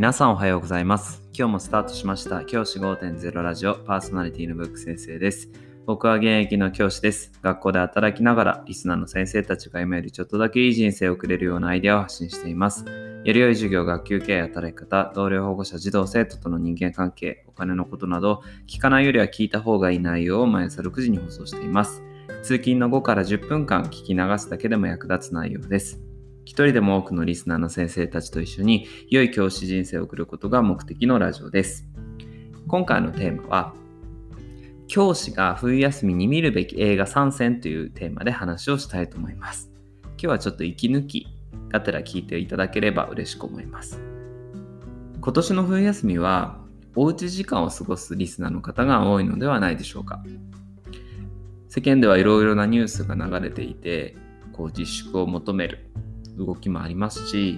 皆さんおはようございます。今日もスタートしました教師 5.0 ラジオパーソナリティのブック先生です。僕は現役の教師です。学校で働きながらリスナーの先生たちが夢よりちょっとだけいい人生を送れるようなアイデアを発信しています。より良い授業、学級経営、働き方、同僚保護者、児童生徒との人間関係、お金のことなど聞かないよりは聞いた方がいい内容を毎朝6時に放送しています。通勤の5から10分間聞き流すだけでも役立つ内容です。一人でも多くのリスナーの先生たちと一緒に良い教師人生を送ることが目的のラジオです。今回のテーマは、教師が冬休みに見るべき映画3選というテーマで話をしたいと思います。今日はちょっと息抜きがてら聞いていただければ嬉しく思います。今年の冬休みはおうち時間を過ごすリスナーの方が多いのではないでしょうか。世間ではいろいろなニュースが流れていて、自粛を求める動きもありますし、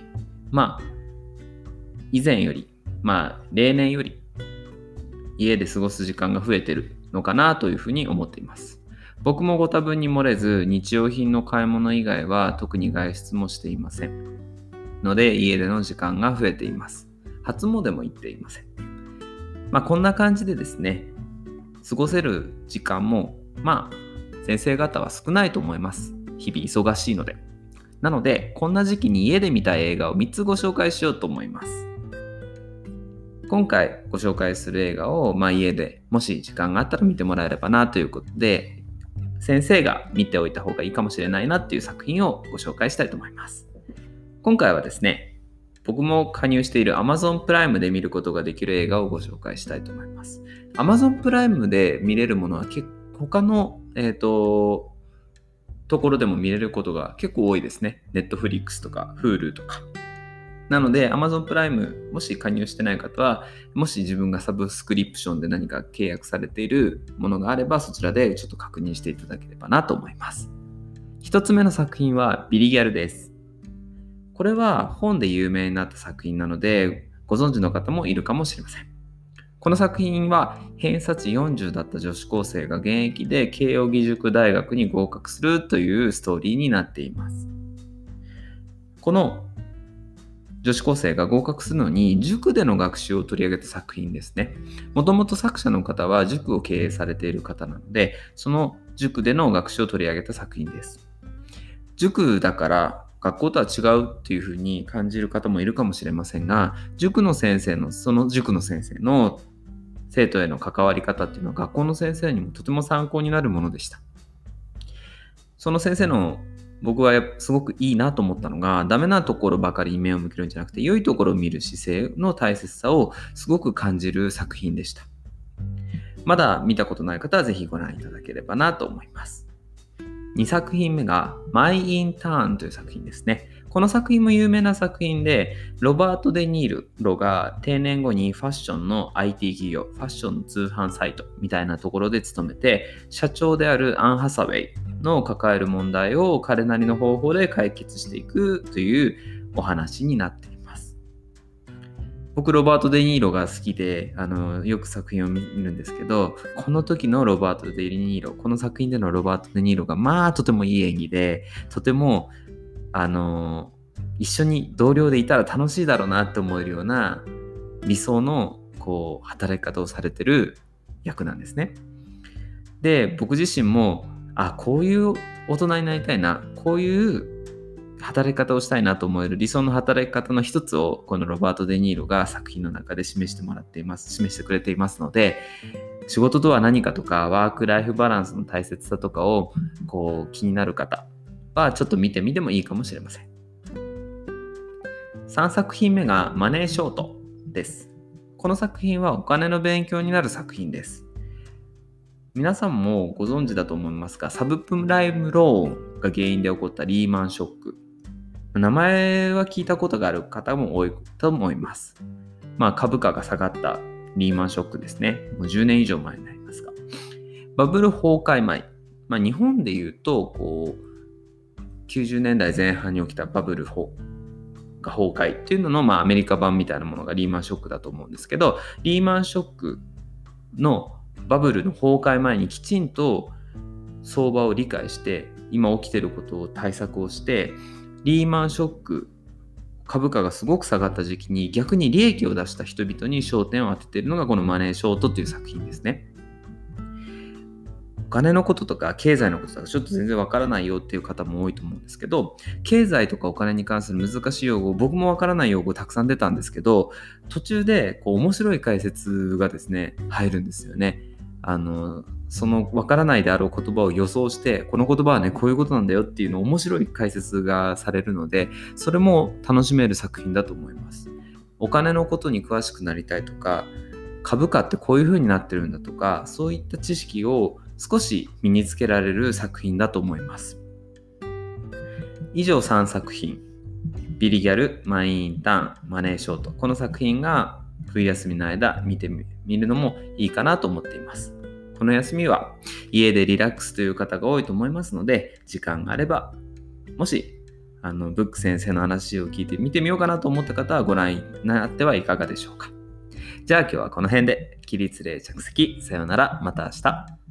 以前より、例年より家で過ごす時間が増えてるのかなというふうに思っています。僕もご多分に漏れず、日用品の買い物以外は特に外出もしていませんので、家での時間が増えています。初詣も行っていません。こんな感じでですね、過ごせる時間も先生方は少ないと思います。日々忙しいので。なので、こんな時期に家で見たい映画を3つご紹介しようと思います。今回ご紹介する映画を、家でもし時間があったら見てもらえればなということで、先生が見ておいた方がいいかもしれないなっていう作品をご紹介したいと思います。今回はですね、僕も加入している Amazon プライムで見ることができる映画をご紹介したいと思います。Amazon プライムで見れるものは他のところでも見れることが結構多いですね。Netflix とか Hulu とか。なので Amazon プライムもし加入してない方は、もし自分がサブスクリプションで何か契約されているものがあれば、そちらでちょっと確認していただければなと思います。一つ目の作品はビリギャルです。これは本で有名になった作品なので、ご存知の方もいるかもしれません。この作品は偏差値40だった女子高生が現役で慶應義塾大学に合格するというストーリーになっています。この女子高生が合格するのに塾での学習を取り上げた作品ですね。もともと作者の方は塾を経営されている方なので、その塾での学習を取り上げた作品です。塾だから学校とは違うっていうふうに感じる方もいるかもしれませんが、その塾の先生の生徒への関わり方っていうのは学校の先生にもとても参考になるものでした。その先生の僕はすごくいいなと思ったのが、ダメなところばかりに目を向けるんじゃなくて、良いところを見る姿勢の大切さをすごく感じる作品でした。まだ見たことない方はぜひご覧いただければなと思います。2作品目がマイ・インターンという作品ですね。この作品も有名な作品で、ロバート・デ・ニーロが定年後にファッションの IT 企業、ファッションの通販サイトみたいなところで勤めて、社長であるアン・ハサウェイの抱える問題を彼なりの方法で解決していくというお話になっています。僕、ロバート・デ・ニーロが好きで、よく作品を見るんですけど、この時のロバート・デ・ニーロ、この作品でのロバート・デ・ニーロがとてもいい演技で、とても一緒に同僚でいたら楽しいだろうなって思えるような理想の働き方をされてる役なんですね。で、僕自身もこういう大人になりたいな、こういう働き方をしたいなと思える理想の働き方の一つをこのロバート・デ・ニーロが作品の中で示してくれていますので、仕事とは何かとかワークライフバランスの大切さとかを気になる方はちょっと見てみてもいいかもしれません。3作品目がマネーショートです。この作品はお金の勉強になる作品です。皆さんもご存知だと思いますが、サブプライムローンが原因で起こったリーマンショック。名前は聞いたことがある方も多いと思います。株価が下がったリーマンショックですね。もう10年以上前になりますが。バブル崩壊前。日本で言うと、90年代前半に起きたバブルが崩壊っていうのの、アメリカ版みたいなものがリーマンショックだと思うんですけど、リーマンショックのバブルの崩壊前にきちんと相場を理解して、今起きていることを対策をして、リーマンショック株価がすごく下がった時期に逆に利益を出した人々に焦点を当てているのがこのマネーショートという作品ですね。お金のこととか経済のこととかちょっと全然わからないよっていう方も多いと思うんですけど、経済とかお金に関する難しい用語、僕もわからない用語たくさん出たんですけど、途中で面白い解説がですね入るんですよね。そのわからないであろう言葉を予想して、この言葉はねこういうことなんだよっていうのを面白い解説がされるので、それも楽しめる作品だと思います。お金のことに詳しくなりたいとか、株価ってこういう風になってるんだとか、そういった知識を少し身につけられる作品だと思います。以上3作品、ビリギャル、マイインターン、マネーショート、この作品が冬休みの間見てみるのもいいかなと思っています。この休みは家でリラックスという方が多いと思いますので、時間があればもしブック先生の話を聞いて見てみようかなと思った方はご覧になってはいかがでしょうか。じゃあ今日はこの辺で。起立例着席、さようなら、また明日。